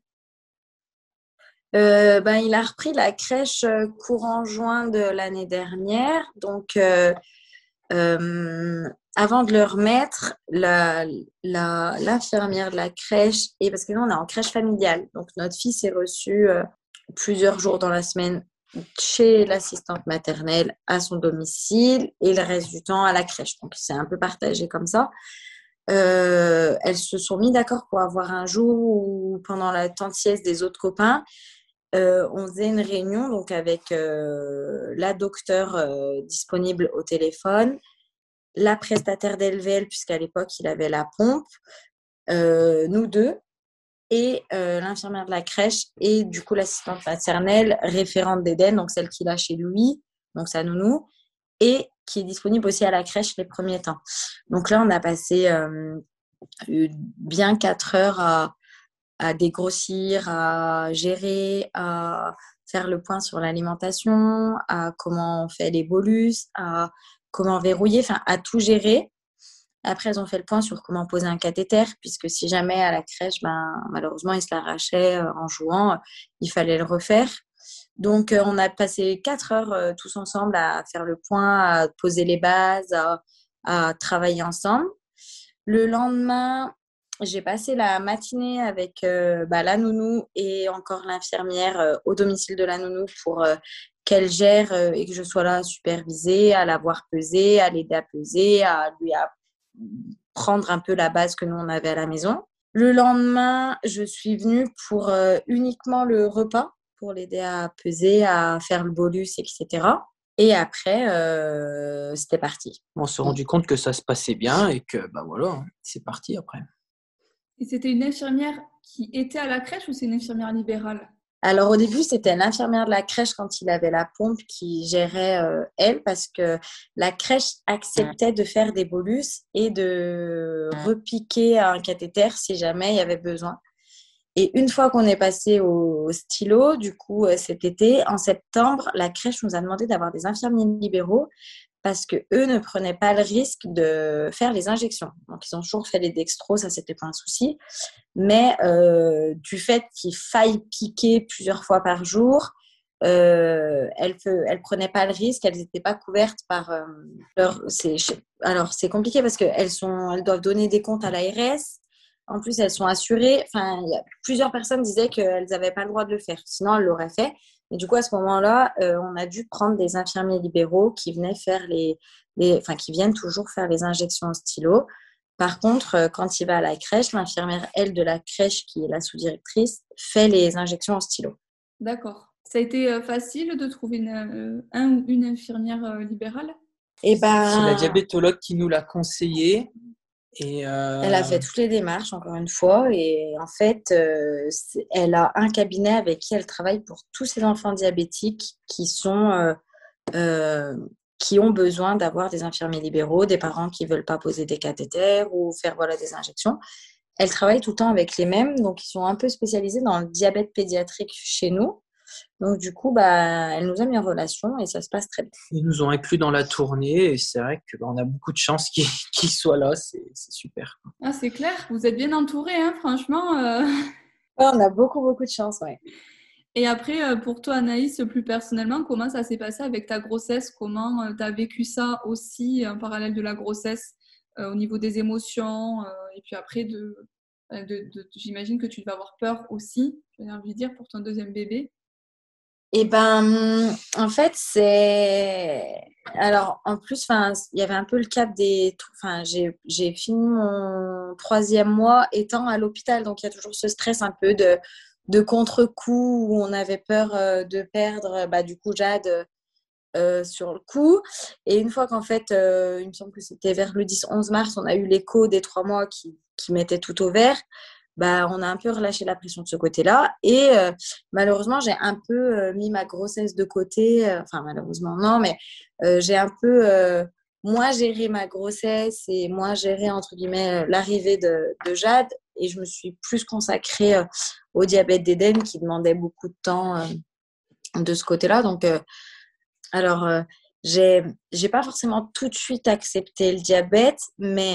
Euh, ben, il a repris la crèche euh, courant juin de l'année dernière. Donc, euh, euh, avant de le remettre, la, la, l'infirmière de la crèche, et parce que nous, on est en crèche familiale, donc notre fils est reçu euh, plusieurs jours dans la semaine chez l'assistante maternelle à son domicile et le reste du temps à la crèche. Donc, c'est un peu partagé comme ça. Euh, elles se sont mis d'accord pour avoir un jour où, pendant la temps de sieste des autres copains, euh, on faisait une réunion donc avec euh, la docteure euh, disponible au téléphone, la prestataire d'L V L, puisqu'à l'époque, il avait la pompe, euh, nous deux, et euh, l'infirmière de la crèche, et du coup, l'assistante maternelle, référente d'Eden, donc celle qu'il a chez lui, donc sa nounou, et qui est disponible aussi à la crèche les premiers temps. Donc là, on a passé euh, bien quatre heures à, à dégrossir, à gérer, à faire le point sur l'alimentation, à comment on fait les bolus, à comment verrouiller, enfin à tout gérer. Après, elles ont fait le point sur comment poser un cathéter, puisque si jamais à la crèche, ben, malheureusement, il se l'arrachait en jouant, il fallait le refaire. Donc, euh, on a passé quatre heures euh, tous ensemble à faire le point, à poser les bases, à, à travailler ensemble. Le lendemain, j'ai passé la matinée avec euh, bah, la nounou et encore l'infirmière euh, au domicile de la nounou pour euh, qu'elle gère euh, et que je sois là à superviser, à la voir peser, à l'aider à peser, à lui apprendre un peu la base que nous, on avait à la maison. Le lendemain, je suis venue pour euh, uniquement le repas, pour l'aider à peser, à faire le bolus, et cetera. Et après, euh, c'était parti. On s'est rendu compte que ça se passait bien et que, bah voilà, c'est parti après. Et c'était une infirmière qui était à la crèche ou c'est une infirmière libérale? Alors, au début, c'était l'infirmière de la crèche quand il avait la pompe qui gérait euh, elle, parce que la crèche acceptait de faire des bolus et de repiquer un cathéter si jamais il y avait besoin. Et une fois qu'on est passé au stylo, du coup, euh, cet été, en septembre, la crèche nous a demandé d'avoir des infirmiers libéraux parce qu'eux ne prenaient pas le risque de faire les injections. Donc, ils ont toujours fait les dextros, ça, c'était pas un souci. Mais euh, du fait qu'il faille piquer plusieurs fois par jour, euh, elles ne prenaient pas le risque, elles n'étaient pas couvertes par euh, leur... C'est, alors, c'est compliqué parce qu'elles sont, elles doivent donner des comptes à l'A R S. En plus, elles sont assurées. Enfin, y a, plusieurs personnes disaient qu'elles n'avaient pas le droit de le faire. Sinon, elles l'auraient fait. Et du coup, à ce moment-là, euh, on a dû prendre des infirmiers libéraux qui venaient faire les, les, enfin, qui viennent toujours faire les injections au stylo. Par contre, euh, quand il va à la crèche, l'infirmière, elle, de la crèche, qui est la sous-directrice, fait les injections au stylo. D'accord. Ça a été euh, facile de trouver une, euh, un ou une infirmière euh, libérale? Et ben, c'est la diabétologue qui nous l'a conseillé. Et euh... Elle a fait toutes les démarches, encore une fois. Et en fait, euh, elle a un cabinet avec qui elle travaille pour tous ces enfants diabétiques qui sont... Euh, euh, qui ont besoin d'avoir des infirmiers libéraux, des parents qui ne veulent pas poser des cathéters ou faire voilà, des injections. Elle travaille tout le temps avec les mêmes, donc ils sont un peu spécialisés dans le diabète pédiatrique chez nous. Donc du coup, bah, elle nous a mis en relation et ça se passe très bien. Ils nous ont inclus dans la tournée et c'est vrai qu'on a beaucoup de chance qu'ils, qu'ils soient là, c'est, c'est super. Ah, c'est clair, vous êtes bien entourés, hein, franchement. Euh... Ouais, on a beaucoup, beaucoup de chance, ouais. Et après, pour toi, Anaïs, plus personnellement, comment ça s'est passé avec ta grossesse? Comment tu as vécu ça aussi en parallèle de la grossesse euh, au niveau des émotions euh, et puis après, de, de, de, j'imagine que tu vas avoir peur aussi, j'ai envie de dire, pour ton deuxième bébé. Eh ben, en fait, c'est... Alors, en plus, il y avait un peu le cap des... Enfin, j'ai, j'ai fini mon troisième mois étant à l'hôpital, donc il y a toujours ce stress un peu de... de contre-coup où on avait peur euh, de perdre bah, du coup Jade euh, sur le coup. Et une fois qu'en fait, euh, il me semble que c'était vers le dix onze mars, on a eu l'écho des trois mois qui, qui mettait tout au vert, bah, on a un peu relâché la pression de ce côté-là. Et euh, malheureusement, j'ai un peu euh, mis ma grossesse de côté. Euh, enfin, malheureusement, non, mais euh, j'ai un peu... Euh, moins géré ma grossesse et moins géré, entre guillemets, l'arrivée de, de Jade. Et je me suis plus consacrée euh, au diabète d'Eden qui demandait beaucoup de temps euh, de ce côté-là. Donc, euh, alors, euh, j'ai, j'ai pas forcément tout de suite accepté le diabète, mais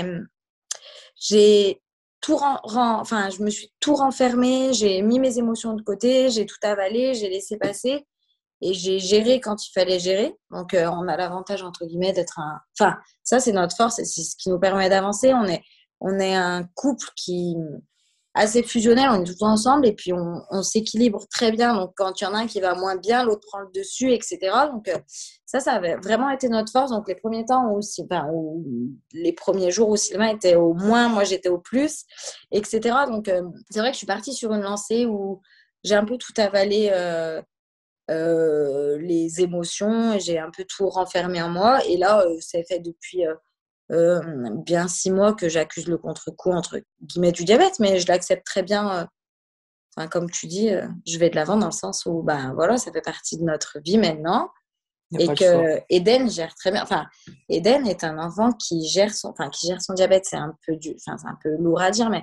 j'ai tout ren, ren, enfin, je me suis tout renfermée, j'ai mis mes émotions de côté, j'ai tout avalé, j'ai laissé passer. Et j'ai géré quand il fallait gérer. Donc, euh, on a l'avantage, entre guillemets, d'être un... Enfin, ça, c'est notre force et c'est ce qui nous permet d'avancer. On est, on est un couple qui assez fusionnel, on est tout le temps ensemble et puis on, on s'équilibre très bien. Donc, quand il y en a un qui va moins bien, l'autre prend le dessus, et cetera. Donc, euh, ça, ça avait vraiment été notre force. Donc, les premiers temps, où, enfin, où, les premiers jours où Sylvain était au moins, moi, j'étais au plus, et cetera. Donc, euh, c'est vrai que je suis partie sur une lancée où j'ai un peu tout avalé... Euh, Euh, les émotions et j'ai un peu tout renfermé en moi et là euh, ça fait depuis euh, euh, bien six mois que j'accuse le contre-coup entre guillemets du diabète mais je l'accepte très bien euh, enfin, comme tu dis euh, je vais de l'avant dans le sens où ben, voilà, ça fait partie de notre vie maintenant et que Eden gère très bien enfin Eden est un enfant qui gère son, enfin, qui gère son diabète c'est un peu du, enfin, c'est un peu lourd à dire mais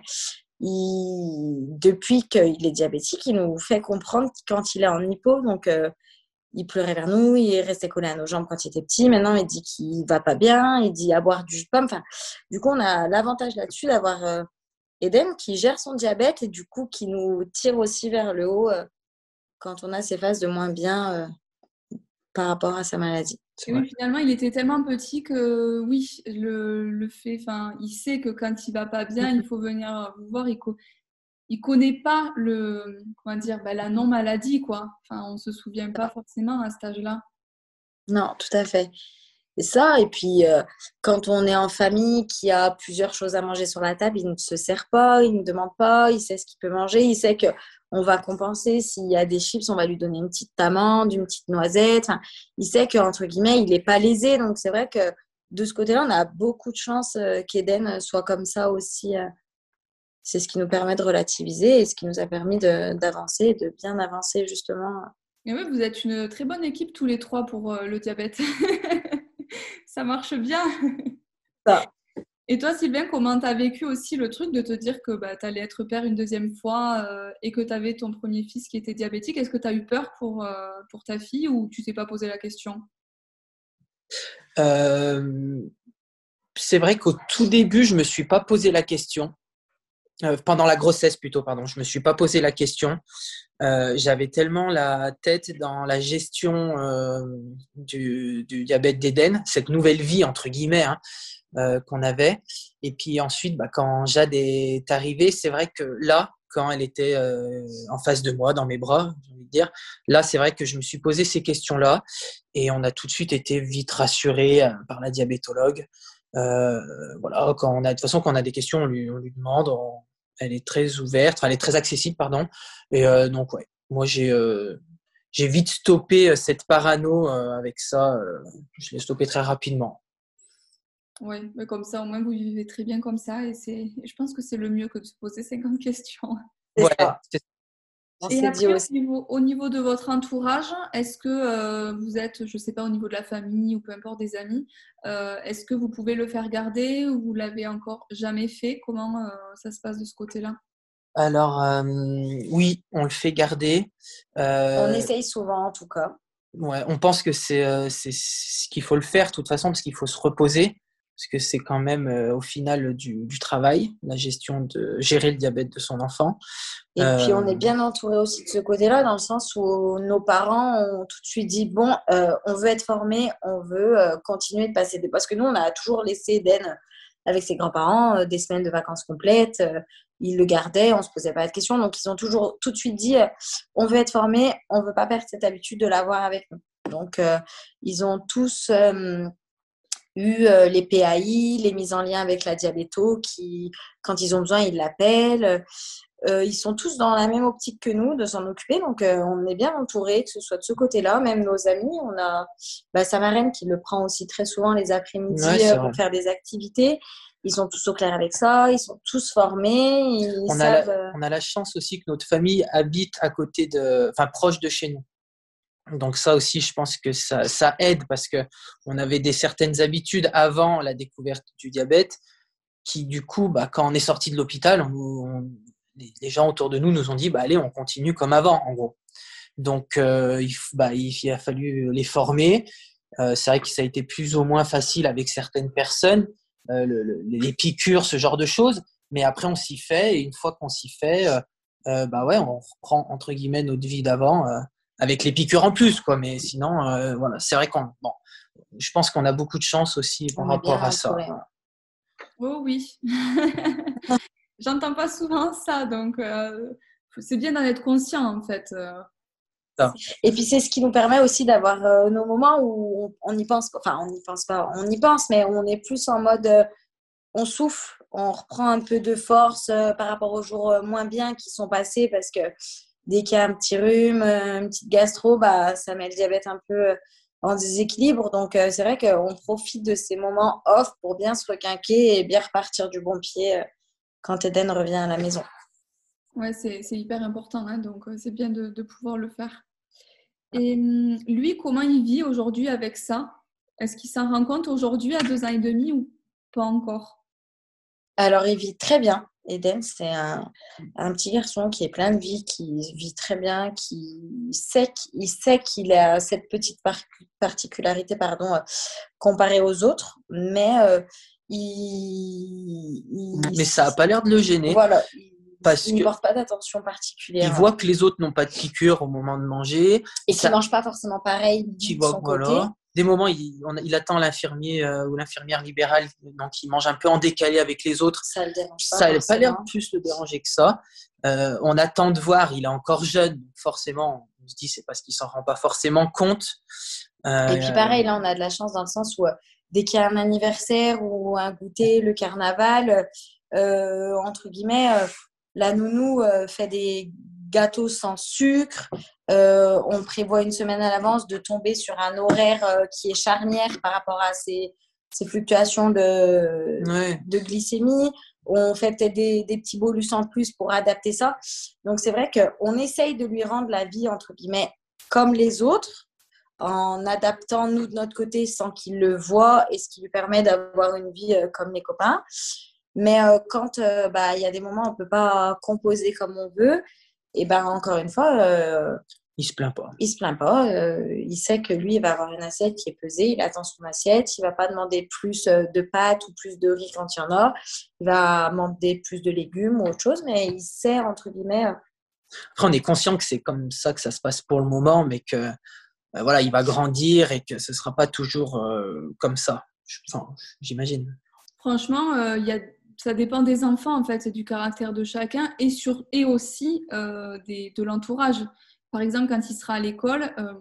Il, depuis qu'il est diabétique, il nous fait comprendre quand il est en hypo. Donc, euh, il pleurait vers nous, il restait collé à nos jambes quand il était petit. Maintenant, il dit qu'il ne va pas bien, il dit à boire du jus de pomme. Enfin, du coup, on a l'avantage là-dessus d'avoir euh, Eden qui gère son diabète et du coup, qui nous tire aussi vers le haut euh, quand on a ces phases de moins bien euh, par rapport à sa maladie. C'est Et vrai. oui, finalement, il était tellement petit que oui, le, le fait, enfin, il sait que quand il va pas bien, il faut venir vous voir. Il, co- il connaît pas le, comment dire, ben, la non-maladie, quoi. Enfin, on se souvient pas forcément à cet âge-là. Non, tout à fait. C'est ça. Et puis, euh, quand on est en famille, qui a plusieurs choses à manger sur la table, il ne se sert pas, il ne demande pas, il sait ce qu'il peut manger, il sait que on va compenser. S'il y a des chips, on va lui donner une petite amande, une petite noisette. Enfin, il sait qu'entre guillemets, il n'est pas lésé. Donc, c'est vrai que de ce côté-là, on a beaucoup de chance euh, qu'Eden soit comme ça aussi. euh. C'est ce qui nous permet de relativiser et ce qui nous a permis de- d'avancer, de bien avancer justement. Et oui, vous êtes une très bonne équipe tous les trois pour euh, le diabète. Ça marche bien. Ça. Et toi, Sylvain, comment tu as vécu aussi le truc de te dire que bah, tu allais être père une deuxième fois euh, et que tu avais ton premier fils qui était diabétique? Est-ce que tu as eu peur pour, euh, pour ta fille ou tu t'es pas posé la question? Euh, c'est vrai qu'au tout début, je me suis pas posé la question. Euh, pendant la grossesse plutôt, pardon, je me suis pas posé la question. Euh, j'avais tellement la tête dans la gestion euh, du, du diabète d'Éden, cette nouvelle vie entre guillemets hein, euh, qu'on avait. Et puis ensuite, bah, quand Jade est arrivée, c'est vrai que là, quand elle était euh, en face de moi, dans mes bras, j'ai envie de dire, là, c'est vrai que je me suis posé ces questions-là et on a tout de suite été vite rassurés euh, par la diabétologue. Euh, voilà, quand on a, de toute façon, quand on a des questions, on lui, on lui demande. On, elle est très ouverte, enfin, elle est très accessible, pardon. Et euh, donc, ouais, moi, j'ai, euh, j'ai vite stoppé cette parano euh, avec ça. Euh, je l'ai stoppé très rapidement. Oui, mais comme ça, au moins, vous vivez très bien comme ça et c'est, je pense que c'est le mieux que de se poser cinquante questions. C'est Ouais, ça. c'est On Et s'est dit après, au aussi. niveau, au niveau de votre entourage, est-ce que euh, vous êtes, je ne sais pas, au niveau de la famille ou peu importe des amis, euh, est-ce que vous pouvez le faire garder ou vous l'avez encore jamais fait? Comment euh, ça se passe de ce côté-là? Alors, euh, oui, on le fait garder. On Euh, essaye souvent en tout cas. ouais, on pense que c'est euh, c'est ce qu'il faut le faire, de toute façon, parce qu'il faut se reposer, parce que c'est quand même euh, au final du, du travail, la gestion de gérer le diabète de son enfant. Et puis, on Euh, est bien entouré aussi de ce côté-là, dans le sens où nos parents ont tout de suite dit, bon, euh, on veut être formé, on veut euh, continuer de passer des... Parce que nous, on a toujours laissé Eden avec ses grands-parents euh, des semaines de vacances complètes. Euh, ils le gardaient, on ne se posait pas de questions. Donc, ils ont toujours tout de suite dit, euh, on veut être formé, on ne veut pas perdre cette habitude de l'avoir avec nous. Donc, euh, ils ont tous... euh, eu euh, les P A I, les mises en lien avec la diabéto, qui, quand ils ont besoin, ils l'appellent. Euh, ils sont tous dans la même optique que nous de s'en occuper, donc euh, on est bien entouré, que ce soit de ce côté-là, même nos amis. On a bah, sa marraine qui le prend aussi très souvent les ouais, après-midi euh, c'est vrai. pour faire des activités. Ils sont tous au clair avec ça, ils sont tous formés, ils On a la, savent. euh, on a la chance aussi que notre famille habite à côté de, enfin, proche de chez nous. Donc ça aussi, je pense que ça, ça aide parce que on avait des certaines habitudes avant la découverte du diabète qui, du coup, bah, quand on est sorti de l'hôpital, on, on- les, les gens autour de nous nous ont dit, bah, allez, on continue comme avant, en gros. Donc, euh, il, f- bah, il a fallu les former. Euh, c'est vrai que ça a été plus ou moins facile avec certaines personnes, euh, le- le- les piqûres, ce genre de choses. Mais après, on s'y fait. Et une fois qu'on s'y fait, euh, euh, bah ouais, on reprend entre guillemets notre vie d'avant euh, avec les piqûres en plus, quoi. Mais sinon, euh, voilà, c'est vrai qu'on, bon, je pense qu'on a beaucoup de chance aussi par on est bien rapport à ça. entouré. Ouais. Oh oui. J'entends pas souvent ça, donc euh, c'est bien d'en être conscient en fait. euh. Ça. Et puis c'est ce qui nous permet aussi d'avoir euh, nos moments où on n'y pense pas, enfin on n'y pense pas, on y pense, mais on est plus en mode euh, on souffle, on reprend un peu de force euh, par rapport aux jours euh, moins bien qui sont passés parce que dès qu'il y a un petit rhume, euh, une petite gastro, bah, ça met le diabète un peu euh, en déséquilibre. Donc, euh, c'est vrai qu'on profite de ces moments off pour bien se requinquer et bien repartir du bon pied euh, quand Eden revient à la maison. Ouais, c'est, c'est hyper important, hein, donc euh, c'est bien de, de pouvoir le faire. Et hum, lui, comment il vit aujourd'hui avec ça? Est-ce qu'il s'en rend compte aujourd'hui à deux ans et demi ou pas encore? Alors, il vit très bien. Eden, c'est un, un petit garçon qui est plein de vie, qui vit très bien, qui sait qu'il sait qu'il a cette petite par- particularité, pardon, euh, comparée aux autres, mais euh, il, il- Mais ça a pas l'air de le gêner. voilà, il parce il n'y que porte pas d'attention il particulière. voit que les autres n'ont pas de piqûre au moment de manger. Et Ça- qu'il ne mange pas forcément pareil qui de va, son voilà. côté. Des moments, il, on- il attend l'infirmier euh, ou l'infirmière libérale, donc il mange un peu en décalé avec les autres. Ça ne le dérange pas. Ça n'a pas l'air forcément. de plus le déranger que ça. Euh, on attend de voir, il est encore jeune, donc forcément, on se dit c'est parce qu'il s'en rend pas forcément compte. Euh, Et puis pareil, là, on a de la chance dans le sens où euh, dès qu'il y a un anniversaire ou un goûter, le carnaval, euh, entre guillemets, euh, la nounou euh, fait des gâteaux sans sucre. Euh, on prévoit une semaine à l'avance de tomber sur un horaire euh, qui est charnière par rapport à ces, ces fluctuations de, Ouais. de glycémie. On fait peut-être des, des petits bolus en plus pour adapter ça. Donc, c'est vrai qu'on essaye de lui rendre la vie, entre guillemets, comme les autres, en adaptant nous de notre côté sans qu'il le voie et ce qui lui permet d'avoir une vie euh, comme les copains. Mais euh, quand euh, bah, y a des moments où on ne peut pas composer comme on veut, et ben encore une fois, euh, il se plaint pas. il se plaint pas. Euh, il sait que lui, il va avoir une assiette qui est pesée. Il attend son assiette. Il va pas demander plus de pâtes ou plus de riz quand il y en a. Il va demander plus de légumes ou autre chose, mais il sait, entre guillemets... euh, Après, on est conscient que c'est comme ça que ça se passe pour le moment, mais que euh, voilà, il va grandir et que ce sera pas toujours euh, comme ça. Enfin, j'imagine. Franchement, euh, y a, ça dépend des enfants, en fait, c'est du caractère de chacun et, sur, et aussi euh, des, de l'entourage. Par exemple, quand il sera à l'école, euh,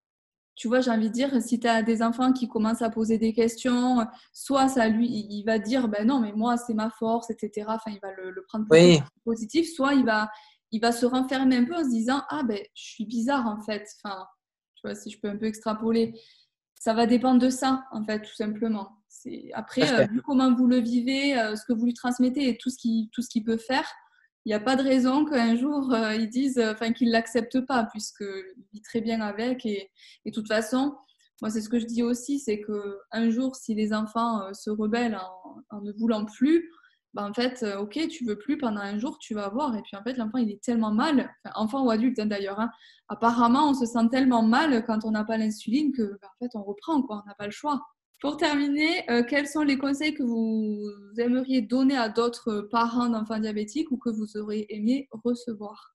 tu vois, j'ai envie de dire, si tu as des enfants qui commencent à poser des questions, soit ça lui, il va dire, ben non, mais moi, c'est ma force, et cetera. Enfin, il va le, le prendre plutôt Oui. positif, soit il va, il va se renfermer un peu en se disant, ah ben, je suis bizarre, en fait. Enfin, tu vois, si je peux un peu extrapoler. Ça va dépendre de ça, en fait, tout simplement. C'est... Après, euh, vu comment vous le vivez, euh, ce que vous lui transmettez et tout ce qu'il, tout ce qu'il peut faire, il n'y a pas de raison qu'un jour, euh, ils disent, enfin, qu'ils ne l'acceptent pas, puisqu'il vit très bien avec. Et, et de toute façon, moi, c'est ce que je dis aussi, c'est qu'un jour, si les enfants euh, se rebellent en, en ne voulant plus, ben, en fait, euh, ok, tu veux plus pendant un jour, tu vas voir. Et puis, en fait, l'enfant, il est tellement mal, enfin, enfant ou adulte hein, d'ailleurs, hein, apparemment, on se sent tellement mal quand on n'a pas l'insuline que, ben, en fait, on reprend, quoi, on n'a pas le choix. Pour terminer, euh, quels sont les conseils que vous aimeriez donner à d'autres parents d'enfants diabétiques ou que vous auriez aimé recevoir?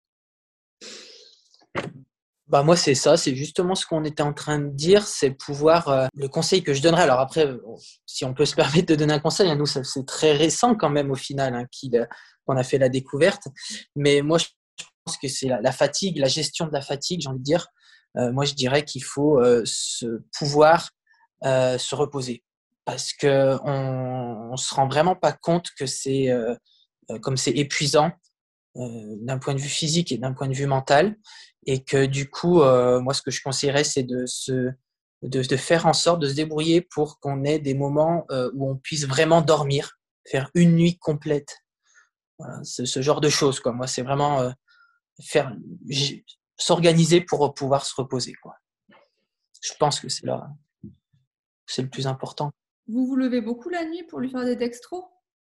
Bah moi, c'est ça, c'est justement ce qu'on était en train de dire, c'est pouvoir, euh, le conseil que je donnerais, alors après, si on peut se permettre de donner un conseil, hein, nous, ça, c'est très récent quand même au final, hein, qu'il, qu'on a fait la découverte, mais moi, je pense que c'est la, la fatigue, la gestion de la fatigue, j'ai envie de dire, euh, moi, je dirais qu'il faut euh, se pouvoir euh, se reposer, parce qu'on on se rend vraiment pas compte que c'est, euh, comme c'est épuisant, euh, d'un point de vue physique et d'un point de vue mental, et que du coup, euh, moi, ce que je conseillerais, c'est de, se, de, de faire en sorte de se débrouiller pour qu'on ait des moments euh, où on puisse vraiment dormir, faire une nuit complète. Voilà, ce, ce genre de choses, quoi. Moi, c'est vraiment euh, faire, j- s'organiser pour pouvoir se reposer, quoi. Je pense que c'est là, c'est le plus important. Vous vous levez beaucoup la nuit pour lui faire des dextros?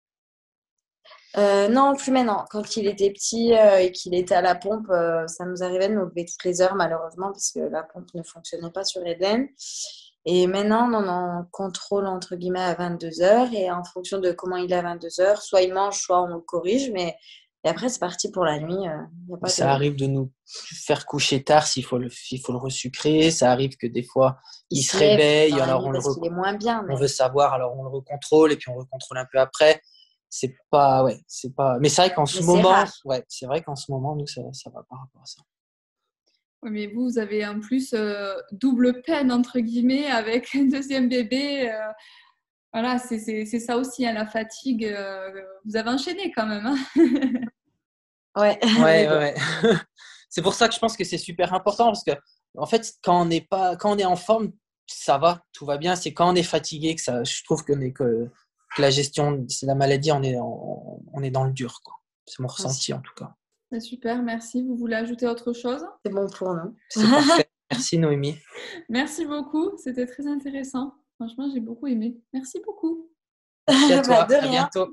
Euh, non, plus maintenant. Quand il était petit euh, et qu'il était à la pompe, euh, ça nous arrivait de nous lever toutes les heures, malheureusement, parce que la pompe ne fonctionnait pas sur Eden. Et maintenant, on en contrôle, entre guillemets, à vingt-deux heures. Et en fonction de comment il est à vingt-deux heures, soit il mange, soit on le corrige. Mais et après, c'est parti pour la nuit. Euh, y a pas Ça de... arrive de nous faire coucher tard s'il faut le, il faut le resucrer. Ça arrive que des fois, il, il se réveille, lève, alors on le parce qu'il est moins bien. Mais... on veut savoir, alors on le recontrôle et puis on recontrôle un peu après. C'est pas, ouais, c'est pas. Mais c'est vrai qu'en ce mais moment, c'est ouais, c'est vrai qu'en ce moment, nous, ça, ça va par rapport à ça. Oui, mais vous, vous avez en plus euh, double peine entre guillemets avec un deuxième bébé. Euh, voilà, c'est, c'est, c'est ça aussi, hein, la fatigue. Euh, vous avez enchaîné quand même. Hein. ouais. Ouais, ouais, ouais. C'est pour ça que je pense que c'est super important parce que, en fait, quand on n'est pas, quand on est en forme, ça va, tout va bien. C'est quand on est fatigué que ça, je trouve qu'on est que. Que la gestion de la maladie, on est, on, on est dans le dur, quoi. C'est mon ressenti, en tout cas. C'est super, merci. Vous voulez ajouter autre chose? C'est bon pour nous. C'est parfait. Merci, Noémie. Merci beaucoup. C'était très intéressant. Franchement, j'ai beaucoup aimé. Merci beaucoup. Merci à toi. Bah, de à rien. bientôt.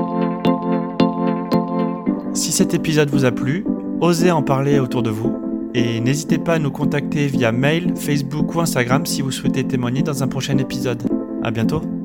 Si cet épisode vous a plu, osez en parler autour de vous Et n'hésitez pas à nous contacter via mail, Facebook ou Instagram si vous souhaitez témoigner dans un prochain épisode. À bientôt.